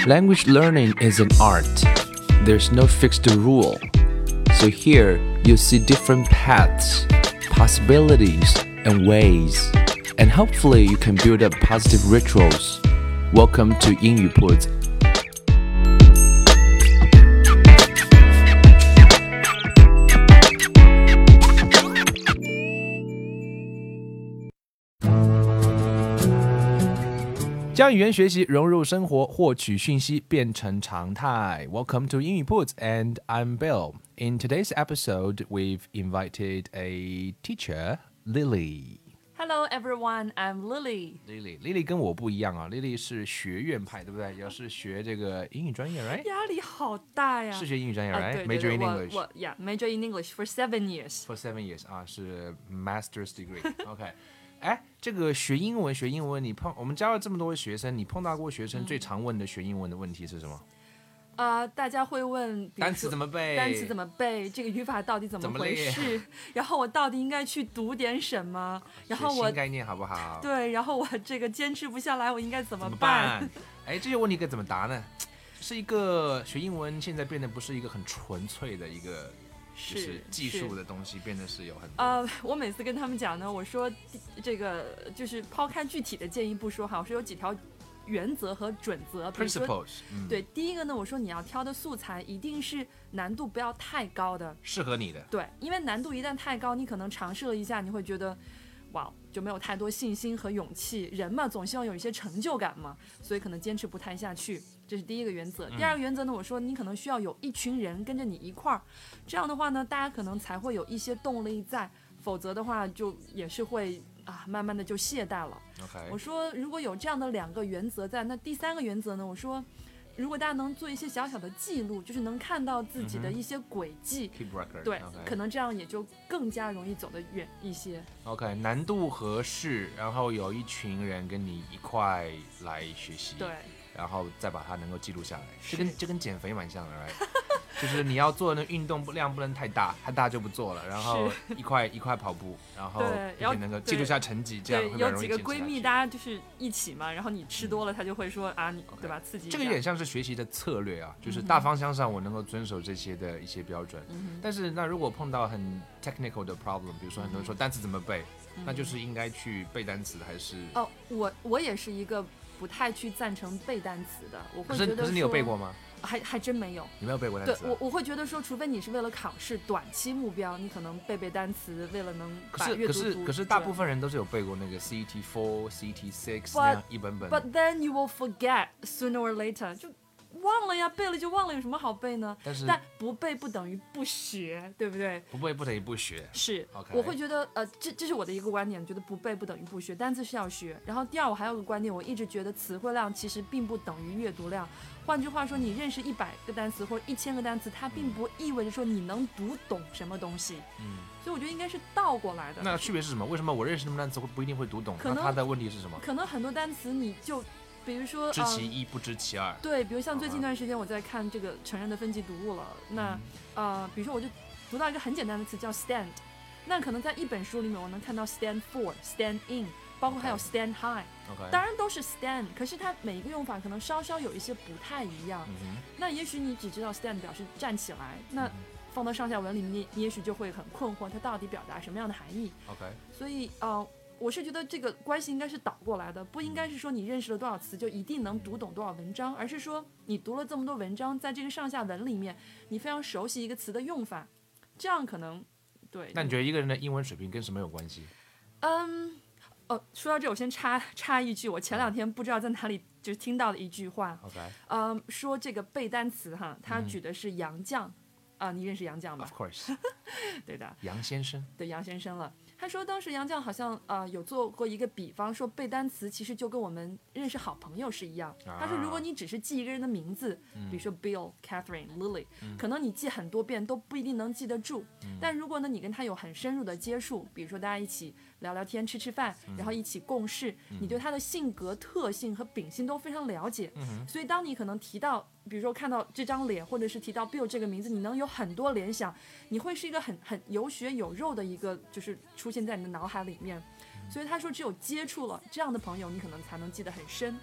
Language learning is an art. There's no fixed rule. So here you'll see different paths, possibilities, and ways. And hopefully you can build up positive rituals. Welcome to 英语铺子。将语言学习融入生活，获取讯息变成常态。Welcome to 英语铺子 and I'm Bill. In today's episode, we've invited a teacher, Lily.Hello everyone, I'm Lily. Lily 跟我不一样啊 ，Lily 是学院派，对不对？也是学这个英语专业 ，right？ 压力好大呀！ 是学英语专业 ，right？ 对 Major in English. 我 major in English for 7 years. For 7 years 啊，是 Master's degree. OK， 哎，这个学英文，我们教了这么多学生，你碰到过学生最常问的学英文的问题是什么？ 大家会问单词怎么背？ 这个语法到底怎么回事？然后我到底应该去读点什么？然后我新概念好不好？ 对，然后我这个坚持不下来，我应该怎么办？ 哎，这些问题该怎么答呢？是一个学英文现在变得不是一个很纯粹的一个就是技术的东西，变得是有很多。 我每次跟他们讲呢，我说这个就是抛开具体的建议不说哈，我说有几条原则和准则，比如说对，第一个呢，我说你要挑的素材一定是难度不要太高的， 适合你的。 对，因为难度一旦太高，你可能尝试了一下，你会觉得哇，就没有太多信心和勇气。人嘛，总希望有一些成就感嘛，所以可能坚持不太下去。这是第一个原则。第二个原则呢，我说你可能需要有一群人跟着你一块儿，这样的话呢，大家可能才会有一些动力在，否则的话就也是会慢慢的就懈怠了。 Okay. 我说如果有这样的2个原则在，那第3个原则呢，我说如果大家能做一些小小的记录，就是能看到自己的一些轨迹，对， okay. 可能这样也就更加容易走得远一些。 OK， 难度合适，然后有一群人跟你一块来学习， 对， 然后再把它能够记录下来，这跟减肥蛮像的 right？ 就是你要做的运动量不能太大就不做了，然后一块跑步，然后能够记录下成绩，这样会比较容易坚持下去。 有几个闺蜜大家就是一起嘛，然后你吃多了，她就会说你对吧，刺激一下。 这个有点像是学习的策略啊，就是大方向上我能够遵守这些的一些标准，但是那如果碰到很 technical 的 problem， 比如说很多人说单词怎么背，那就是应该去背单词还是？ 我也是一个不太去赞成背单词的，我会觉得可是你有背过吗？ 还真没有。 你没有背过单词？ 对，我会觉得说，除非你是为了考试短期目标，你可能背单词，为了能把阅读可是大部分人都是有背过那个 CET4、CET6 那样一本本。 But then you will forget sooner or later， 就忘了呀，背了就忘了，有什么好背呢？但不背不等于不学，对不对？ 不背不等于不学。 是， okay. 我会觉得这是我的一个观点，觉得不背不等于不学，单词是要学。然后第二，我还有个观点，我一直觉得词汇量其实并不等于阅读量。换句话说，你认识100个单词或者1000个单词，它并不意味着说你能读懂什么东西。所以我觉得应该是倒过来的。那区别是什么？为什么我认识那么多单词不一定会读懂？那它的问题是什么？ 可能很多单词你就比如说知其一不知其二。 对，比如像最近一段时间我在看这个成人的分级读物了，那比如说我就读到一个很简单的词叫 stand， 那可能在一本书里面我能看到 stand for、stand in， 包括还有 stand high，当然都是 stand， 可是它每一个用法可能稍稍有一些不太一样。那也许你只知道 stand 表示站起来，那放到上下文里面你也许就会很困惑它到底表达什么样的含义。所以我是觉得这个关系应该是倒过来的，不应该是说你认识了多少词就一定能读懂多少文章，而是说你读了这么多文章，在这个上下文里面你非常熟悉一个词的用法，这样可能对。 那你觉得一个人的英文水平跟什么有关系？ 说到这我先插一句，我前2天不知道在哪里就是听到的一句话，说这个背单词他举的是杨绛你认识杨绛吧？ Of course 对的， 杨先生， 对，杨先生了。他说当时杨绛好像有做过一个比方，说背单词其实就跟我们认识好朋友是一样。他说如果你只是记一个人的名字，比如说 Bill、Catherine、Lily，可能你记很多遍都不一定能记得住，但如果呢你跟他有很深入的接触，比如说大家一起聊聊天吃饭，然后一起共事，你对他的性格特性和秉性都非常了解，所以当你可能提到比如说看到这张脸或者是提到 Bill 这个名字，你能有很多联想，你会是一个很有血有肉的一个就是出现在你的脑海里面。所以他说只有接触了这样的朋友，你可能才能记得很深。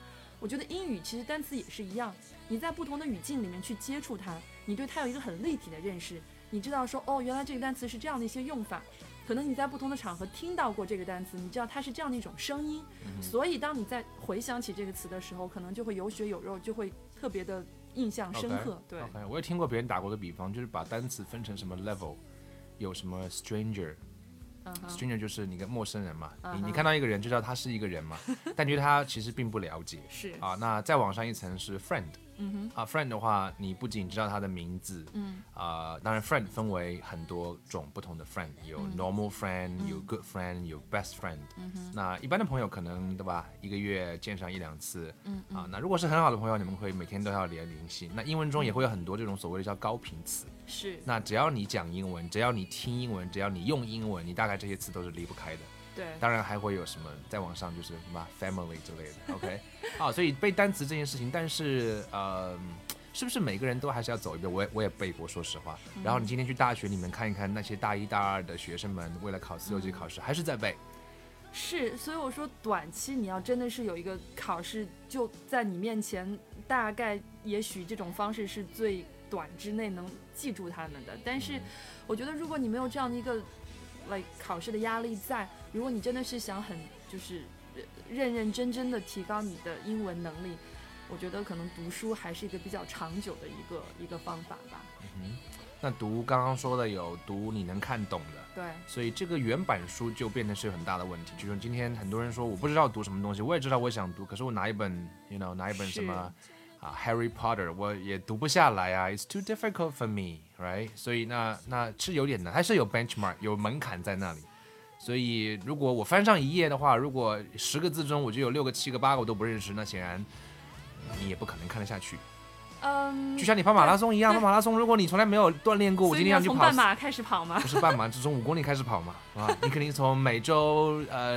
我觉得英语其实单词也是一样，你在不同的语境里面去接触它，你对它有一个很立体的认识，你知道说原来这个单词是这样的一些用法，可能你在不同的场合听到过这个单词，你知道它是这样的一种声音，所以当你在回想起这个词的时候，可能就会有血有肉，就会特别的印象深刻。对 OK， 我也听过别人打过的比方，就是把单词分成什么 level， 有什么 stranger。stranger 就是你跟陌生人嘛，你看到一个人就知道他是一个人嘛，但对他其实并不了解。 是啊，那再往上一层是 friend。friend 的话，你不仅知道他的名字，当然 friend 分为很多种不同的 friend， 有 normal friend，有 good friend，有 best friend。那一般的朋友可能对吧，一个月见上1-2次，那如果是很好的朋友，你们会每天都要联系。那英文中也会有很多这种所谓的叫高频词。 是。 那只要你讲英文，只要你听英文，只要你用英文，你大概这些词都是离不开的。 对， 当然还会有什么再往上就是什么 family 之类的 ，OK， 所以背单词这件事情，但是是不是每个人都还是要走一遍？我也背过，说实话。然后你今天去大学里面看一看那些大1、大2的学生们，为了考4、6级考试，还是在背。 是，所以我说短期你要真的是有一个考试就在你面前，大概也许这种方式是最短之内能记住他们的。但是我觉得如果你没有这样的一个考试的压力在，如果你真的是想很就是认真的提高你的英文能力，我觉得可能读书还是一个比较长久的一个方法吧。 那读刚刚说的有读你能看懂的， 对， 所以这个原版书就变成是很大的问题。就是今天很多人说我不知道读什么东西，我也知道我想读，可是我拿一本拿一本什么Harry Potter 我也读不下来啊 ，It's too difficult for me， right？ 所以那是有点难，还是有 benchmark 有门槛在那里。所以如果我翻上一页的话，如果10个字中我就有6个、7个、8个我都不认识，那显然你也不可能看得下去。就像你跑马拉松一样，跑马拉松如果你从来没有锻炼过，我今天要去跑， 从半马开始跑吗？ 不是半马，是从5公里开始跑嘛，你肯定从每周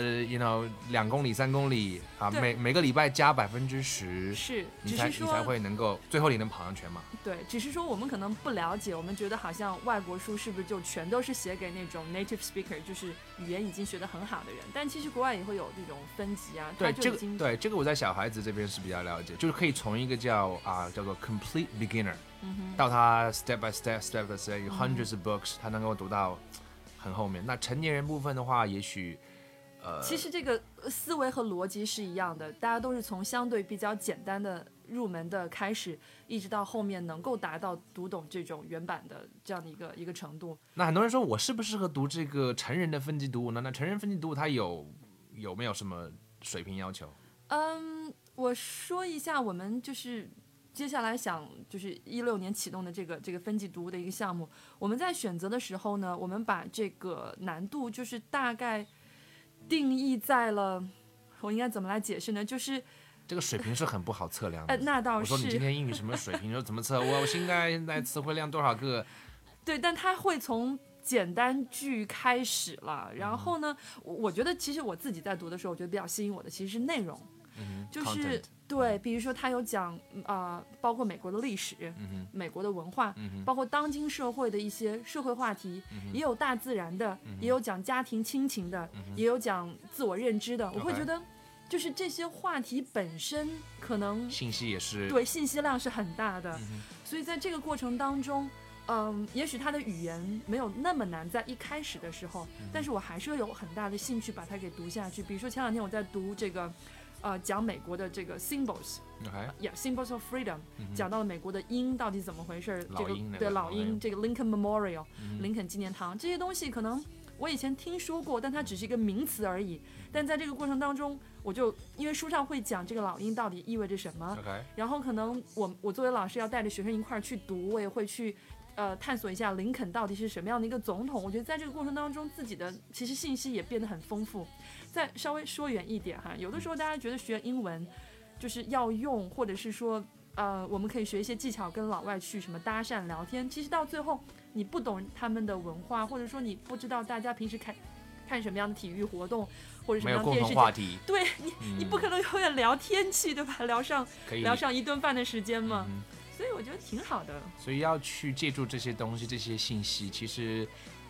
2公里、3公里每个礼拜加10%， 是， 你才会能够最后你能跑上全马。 对，只是说我们可能不了解，我们觉得好像外国书是不是就全都是写给那种 native speaker， 就是语言已经学得很好的人，但其实国外也会有这种分级啊。 对，这个我在小孩子这边是比较了解，就是可以从一个叫做 complete beginner，到他 step by step 有 hundreds of books，他能够读到很后面。那成年人部分的话，也许其实这个思维和逻辑是一样的，大家都是从相对比较简单的入门的开始，一直到后面能够达到读懂这种原版的这样的一个程度。 那很多人说我适不适合读这个成人的分级读物呢？那成人分级读物它有没有什么水平要求？ 我说一下，我们就是接下来想就是16年启动的这个分级读物的一个项目。我们在选择的时候呢，我们把这个难度就是大概定义在了，我应该怎么来解释呢？就是这个水平是很不好测量的。 那倒是。 我说你今天英语什么水平？你说怎么测？我现在词汇量多少个？ 对，但它会从简单句开始了。然后呢，我觉得其实我自己在读的时候，我觉得比较吸引我的其实是内容。就是对，比如说他有讲包括美国的历史，美国的文化，包括当今社会的一些社会话题，也有大自然的，也有讲家庭亲情的，也有讲自我认知的。我会觉得就是这些话题本身可能信息也是对，信息量是很大的，所以在这个过程当中也许他的语言没有那么难在一开始的时候，但是我还是有很大的兴趣把它给读下去。比如说前2天我在读这个讲美国的这个 symbols，symbols of freedom，讲到了美国的鹰到底怎么回事，老鹰这个 Lincoln Memorial，林肯纪念堂这些东西可能我以前听说过，但它只是一个名词而已。但在这个过程当中，我就因为书上会讲这个老鹰到底意味着什么，然后可能我作为老师要带着学生一块儿去读，我也会去探索一下林肯到底是什么样的一个总统。我觉得在这个过程当中，自己的其实信息也变得很丰富。再稍微说远一点哈，有的时候大家觉得学英文就是要用，或者是说我们可以学一些技巧跟老外去什么搭讪聊天，其实到最后你不懂他们的文化，或者说你不知道大家平时看什么样的体育活动或者什么样的电视剧， 没有共同话题， 对你不可能永远聊天气，对吧？聊上一顿饭的时间嘛，所以我觉得挺好的。 所以要去借助这些东西这些信息，其实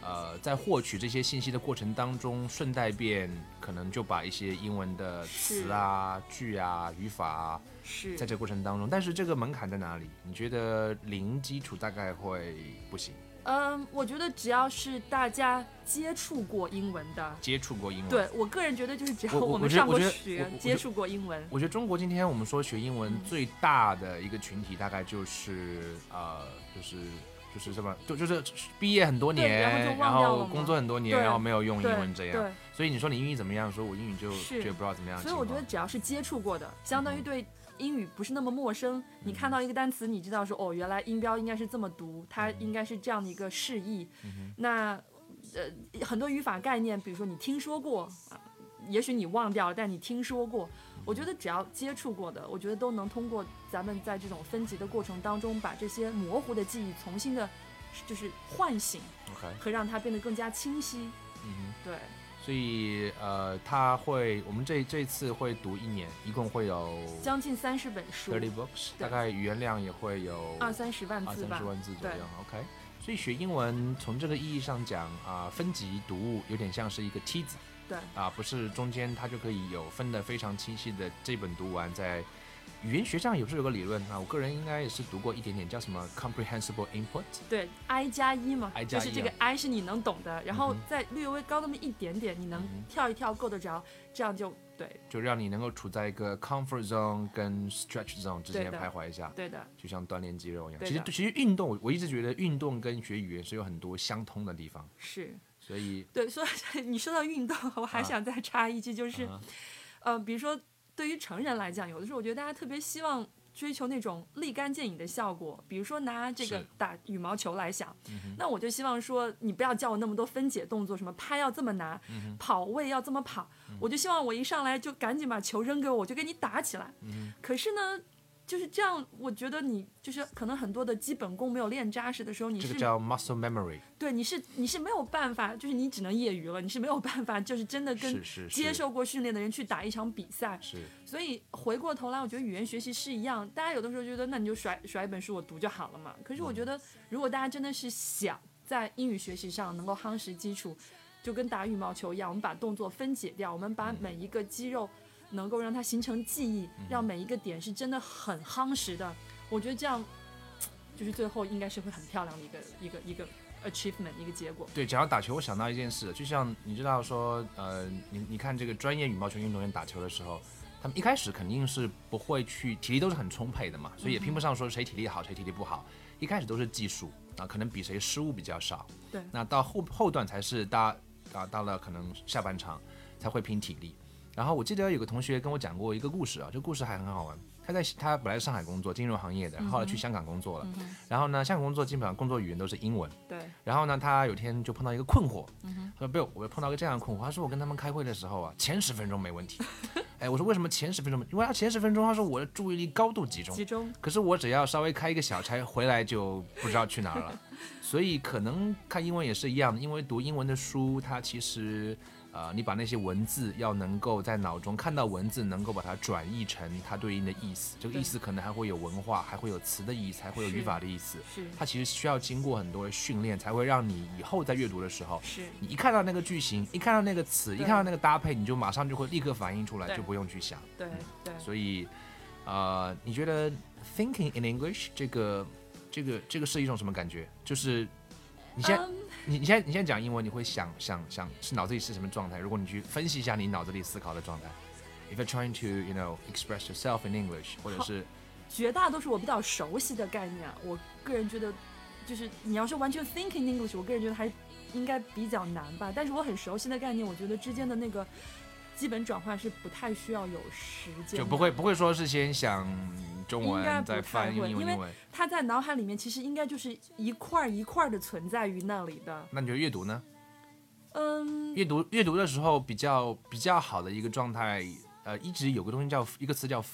在获取这些信息的过程当中，顺带便可能就把一些英文的词啊、句啊、语法啊， 是在这个过程当中，但是这个门槛在哪里？你觉得零基础大概会不行？ 我觉得只要是大家接触过英文的， 接触过英文， 对我个人觉得就是只要我们上过我觉学得接触过英文， 我觉得中国今天我们说学英文最大的一个群体，大概就是就是什么，就是毕业很多年，然后工作很多年，然后没有用英文这样。所以你说你英语怎么样？说我英语就觉得不知道怎么样。 所以我觉得只要是接触过的，相当于对英语不是那么陌生。你看到一个单词，你知道说哦，原来音标应该是这么读，它应该是这样的一个释义。那很多语法概念，比如说你听说过，也许你忘掉了，但你听说过。我觉得只要接触过的，我觉得都能通过咱们在这种分级的过程当中，把这些模糊的记忆重新的，就是唤醒，和让它变得更加清晰。对。 所以我们这次会读1年，一共会有将近30本书 ，30 books， 大概语言量也会有 20-30万字吧， 20-30万字左右。OK， 所以学英文从这个意义上讲分级读物有点像是一个梯子。 对不是中间它就可以有分得非常清晰的这本读完，在语言学上有时候有个理论我个人应该也是读过一点点，叫什么 comprehensible input。 对 I+1 嘛，就是这个 I 是你能懂的，然后再略微高那么一点点，你能跳一跳够得着，这样就对， 就让你能够处在一个 comfort zone 跟 stretch zone 之间徘徊一下。 对的，就像锻炼肌肉一样。其实运动，我一直觉得运动跟学语言是有很多相通的地方。 是。 所以对，所以你说到运动，我还想再插一句，就是，比如说对于成人来讲，有的时候我觉得大家特别希望追求那种立竿见影的效果。比如说拿这个打羽毛球来想，那我就希望说，你不要教我那么多分解动作，什么拍要这么拿，跑位要这么跑，我就希望我一上来就赶紧把球扔给我，我就跟你打起来。可是呢，就是这样，我觉得你就是可能很多的基本功没有练扎实的时候，你是这个叫 muscle memory。 对，你是没有办法，就是你只能业余了，你是没有办法，就是真的跟接受过训练的人去打一场比赛。所以回过头来，我觉得语言学习是一样，大家有的时候觉得那你就甩一本书我读就好了嘛。可是我觉得，如果大家真的是想在英语学习上能够夯实基础，就跟打羽毛球一样，我们把动作分解掉，我们把每一个肌肉能够让它形成记忆，让每一个点是真的很夯实的。我觉得这样就是最后应该是会很漂亮的一个 achievement， 一个结果。 对，讲到打球，我想到一件事，就像你知道说，你看这个专业羽毛球运动员打球的时候，他们一开始肯定是不会去，体力都是很充沛的嘛，所以也拼不上说谁体力好谁体力不好，一开始都是技术可能比谁失误比较少。 对， 那到后段才是到了可能下半场才会拼体力。然后我记得有个同学跟我讲过一个故事这个故事还很好玩。他本来上海工作，金融行业的，后来去香港工作了。然后呢，香港工作基本上工作语言都是英文。 对。 然后呢，他有天就碰到一个困惑。他说：“不，我碰到一个这样的困惑。他说我跟他们开会的时候前10分钟没问题。我说为什么前10分钟？因为他前10分钟，他说我的注意力高度集中。可是我只要稍微开一个小差回来就不知道去哪儿了。所以可能看英文也是一样的，因为读英文的书，它其实。你把那些文字要能够在脑中看到文字，能够把它转译成它对应的意思。这个意思可能还会有文化，还会有词的意思，还会有语法的意思。它其实需要经过很多的训练，才会让你以后在阅读的时候，你一看到那个句型，一看到那个词，一看到那个搭配，你就马上就会立刻反应出来，就不用去想。 对。 所以，你觉得 thinking in English 这个是一种什么感觉？就是你现在讲英文，你会想是脑子里是什么状态？如果你去分析一下你脑子里思考的状态 ，if you're trying to express yourself in English， 或者是绝大多数我比较熟悉的概念我个人觉得就是你要是完全 think in English， 我个人觉得还应该比较难吧。但是我很熟悉的概念，我觉得之间的那个基本转换是不太需要有时间的， 就不会说是先想中文再翻英文， 因为它在脑海里面其实应该就是一块一块的存在于那里的。 那你觉得阅读呢？阅读的时候比较好的一个状态，一直有个东西一个词叫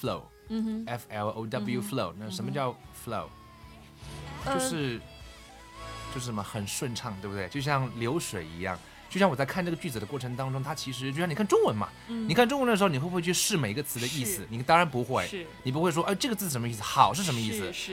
flow，F-L-O-W flow。那什么叫 flow？就是什么很顺畅，对不对？就像流水一样。就像我在看这个句子的过程当中，它其实就像你看中文嘛，你看中文的时候，你会不会去试每个词的意思？你当然不会，你不会说，这个字什么意思？好是什么意思？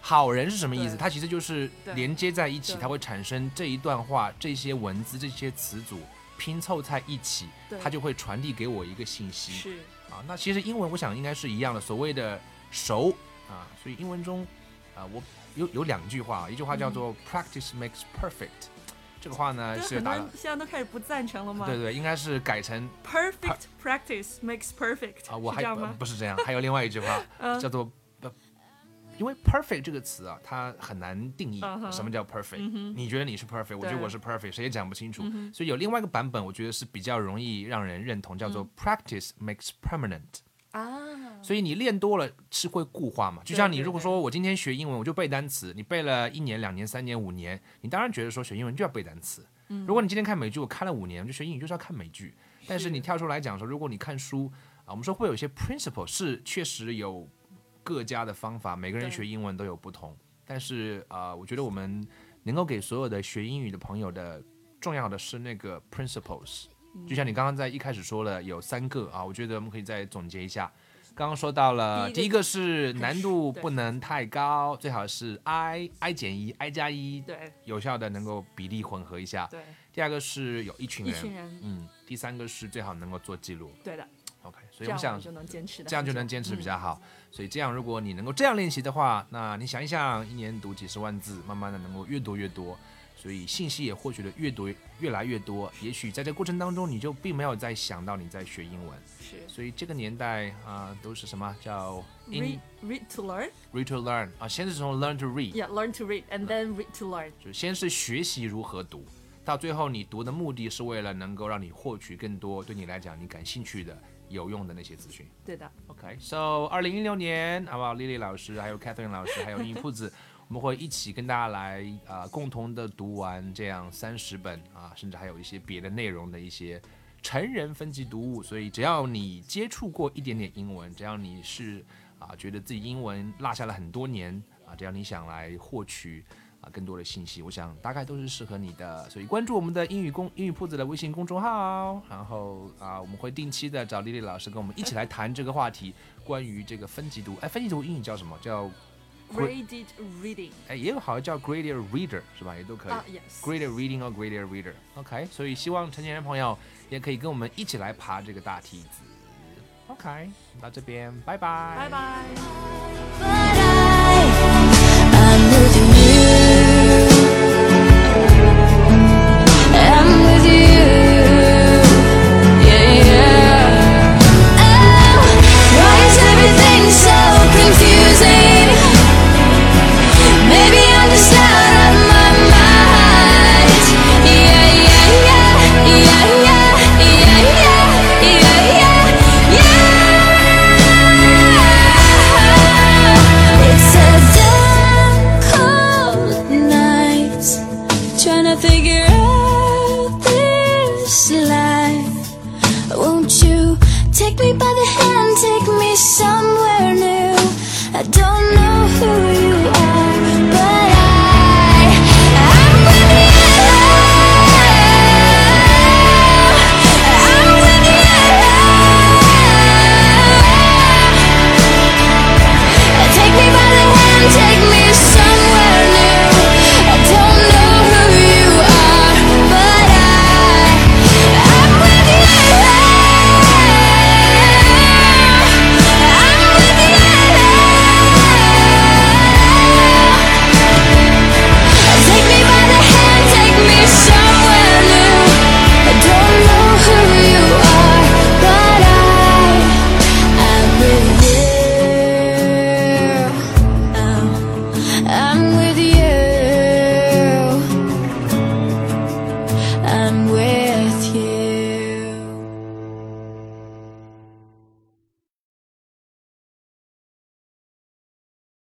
好人是什么意思？ 对它其实就是对连接在一起， 对它会产生这一段话、这些文字、这些词组拼凑在一起， 对它就会传递给我一个信息。 是啊，那其实英文我想应该是一样的，所谓的熟啊，所以英文中我有2句话，一句话叫做 practice makes perfect，这个话呢对， 是打了很多人，现在都开始不赞成了吗？ 对对，应该是改成 ，perfect practice makes perfect 啊，我还是这样吗？ 不是这样，还有另外一句话叫做因为 perfect 这个词啊，它很难定义什么叫 perfect。你觉得你是 perfect，我觉得我是 perfect，谁也讲不清楚。所以有另外一个版本，我觉得是比较容易让人认同，叫做 practice makes permanent。 啊， 所以你练多了是会固化嘛？就像你对对如果说我今天学英文，我就背单词，你背了1年、2年、3年、5年，你当然觉得说学英文就要背单词。如果你今天看美剧，我看了5年，就学英语就是要看美剧。但是你跳出来讲说，如果你看书啊，我们说会有一些 principle 是确实有各家的方法，每个人对学英文都有不同。但是我觉得我们能够给所有的学英语的朋友的重要的是那个 principles。就像你刚刚在一开始说了有3个啊，我觉得我们可以再总结一下。刚刚说到了，第一个是难度不能太高，最好是 i 减1 i 加1， 对， 有效的能够比例混合一下。 对， 第2个是有一群人，第3个是最好能够做记录。 对的。 OK， 所以我想就能坚持的， 这样就能坚持比较好。所以这样，如果你能够这样练习的话，那你想一想，一年读几十万字，慢慢的能够越读越多，所以信息也获取的越来越多。也许在这过程当中，你就并没有再想到你在学英文。 是。 所以这个年代都是什么叫 read to learn to learn 啊？先是从 learn to read，learn to read and then read to learn， 就是先是学习如何读，到最后你读的目的是为了能够让你获取更多对你来讲你感兴趣的。有用的那些资讯。 对的。 OK，so 2016年，好不好 ？Lily 老师，还有 Catherine 老师，还有英语铺子，我们会一起跟大家来共同的读完这样30本甚至还有一些别的内容的一些成人分级读物。所以只要你接触过一点点英文，只要你是觉得自己英文落下了很多年只要你想来获取更多的信息，我想大概都是适合你的，所以关注我们的英语铺子的微信公众号，然后我们会定期的找丽丽老师跟我们一起来谈这个话题，关于这个分级读，分级读英语叫什么？叫 graded reading， 也有好像叫 graded reader 是吧？也都可以 yes， graded reading 或 graded reader。OK， 所以希望成年人朋友也可以跟我们一起来爬这个大梯子。OK， 到这边，拜拜， 拜拜。